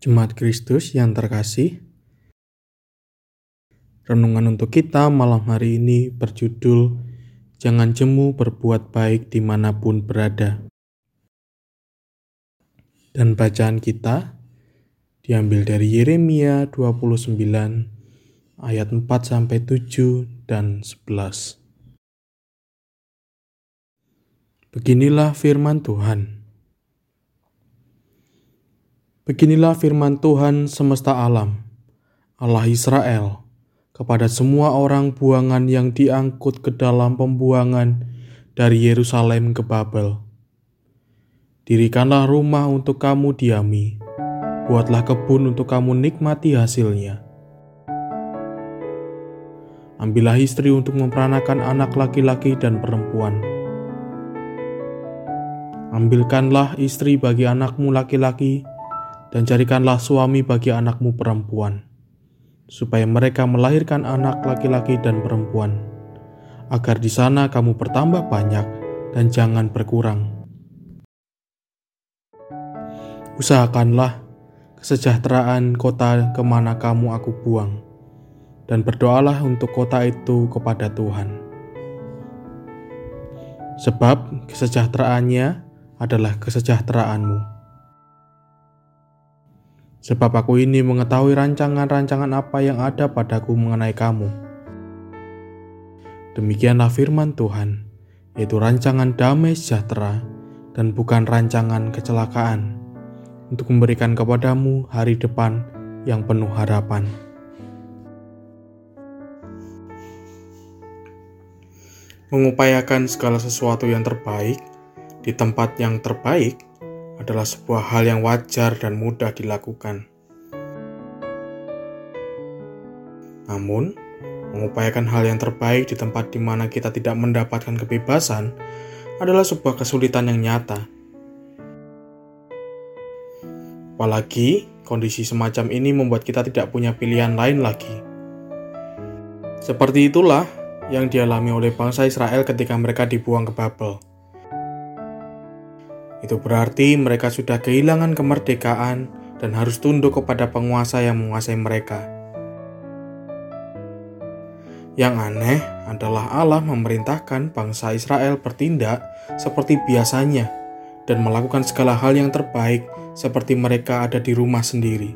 Jemaat Kristus yang terkasih, renungan untuk kita malam hari ini berjudul Jangan jemu berbuat baik dimanapun berada. Dan bacaan kita diambil dari Yeremia 29 ayat 4-7 dan 11. Beginilah firman Tuhan. Beginilah firman Tuhan semesta alam, Allah Israel, kepada semua orang buangan yang diangkut ke dalam pembuangan dari Yerusalem ke Babel. Dirikanlah rumah untuk kamu diami, buatlah kebun untuk kamu nikmati hasilnya. Ambillah istri untuk memperanakan anak laki-laki dan perempuan. Ambilkanlah istri bagi anakmu laki-laki, dan carikanlah suami bagi anakmu perempuan, supaya mereka melahirkan anak laki-laki dan perempuan, agar di sana kamu bertambah banyak dan jangan berkurang. Usahakanlah kesejahteraan kota kemana kamu aku buang, dan berdoalah untuk kota itu kepada Tuhan. Sebab kesejahteraannya adalah kesejahteraanmu. Sebab aku ini mengetahui rancangan-rancangan apa yang ada padaku mengenai kamu. Demikianlah firman Tuhan, yaitu rancangan damai sejahtera dan bukan rancangan kecelakaan, untuk memberikan kepadamu hari depan yang penuh harapan. Mengupayakan segala sesuatu yang terbaik di tempat yang terbaik adalah sebuah hal yang wajar dan mudah dilakukan. Namun, mengupayakan hal yang terbaik di tempat di mana kita tidak mendapatkan kebebasan adalah sebuah kesulitan yang nyata. Apalagi, kondisi semacam ini membuat kita tidak punya pilihan lain lagi. Seperti itulah yang dialami oleh bangsa Israel ketika mereka dibuang ke Babel. Itu berarti mereka sudah kehilangan kemerdekaan dan harus tunduk kepada penguasa yang menguasai mereka. Yang aneh adalah Allah memerintahkan bangsa Israel bertindak seperti biasanya dan melakukan segala hal yang terbaik seperti mereka ada di rumah sendiri.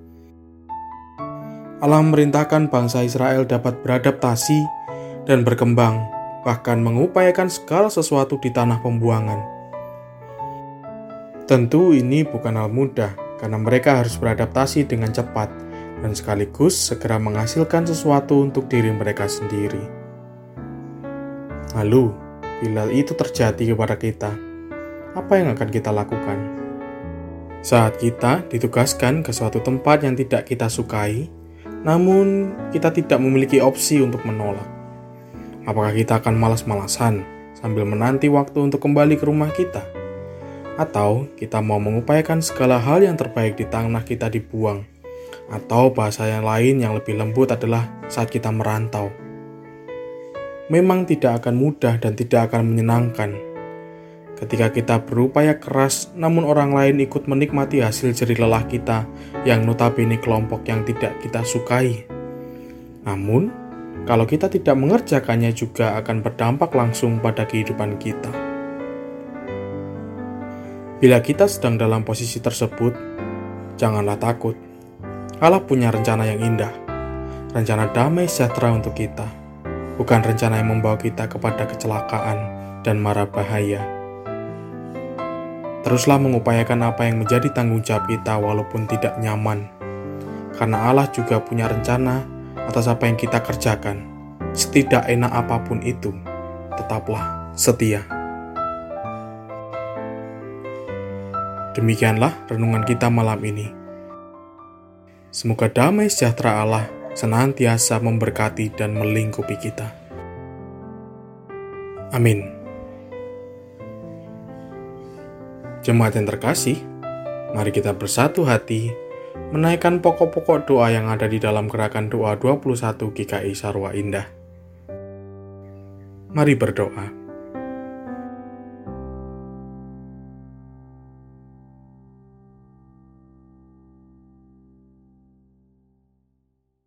Allah memerintahkan bangsa Israel dapat beradaptasi dan berkembang, bahkan mengupayakan segala sesuatu di tanah pembuangan. Tentu ini bukan hal mudah, karena mereka harus beradaptasi dengan cepat dan sekaligus segera menghasilkan sesuatu untuk diri mereka sendiri. Lalu, bila itu terjadi kepada kita, apa yang akan kita lakukan? Saat kita ditugaskan ke suatu tempat yang tidak kita sukai, namun kita tidak memiliki opsi untuk menolak. Apakah kita akan malas-malasan sambil menanti waktu untuk kembali ke rumah kita? Atau kita mau mengupayakan segala hal yang terbaik di tanah kita dibuang? Atau bahasa yang lain yang lebih lembut adalah saat kita merantau. Memang tidak akan mudah dan tidak akan menyenangkan. Ketika kita berupaya keras, namun orang lain ikut menikmati hasil jerih lelah kita yang notabene kelompok yang tidak kita sukai. Namun, kalau kita tidak mengerjakannya juga akan berdampak langsung pada kehidupan kita. Bila kita sedang dalam posisi tersebut, janganlah takut. Allah punya rencana yang indah, rencana damai sejahtera untuk kita, bukan rencana yang membawa kita kepada kecelakaan dan mara bahaya. Teruslah mengupayakan apa yang menjadi tanggung jawab kita walaupun tidak nyaman, karena Allah juga punya rencana atas apa yang kita kerjakan. Setidak enak apapun itu, tetaplah setia. Demikianlah renungan kita malam ini. Semoga damai sejahtera Allah senantiasa memberkati dan melingkupi kita. Amin. Jemaat yang terkasih, mari kita bersatu hati menaikkan pokok-pokok doa yang ada di dalam gerakan doa 21 GKI Sarwa Indah. Mari berdoa.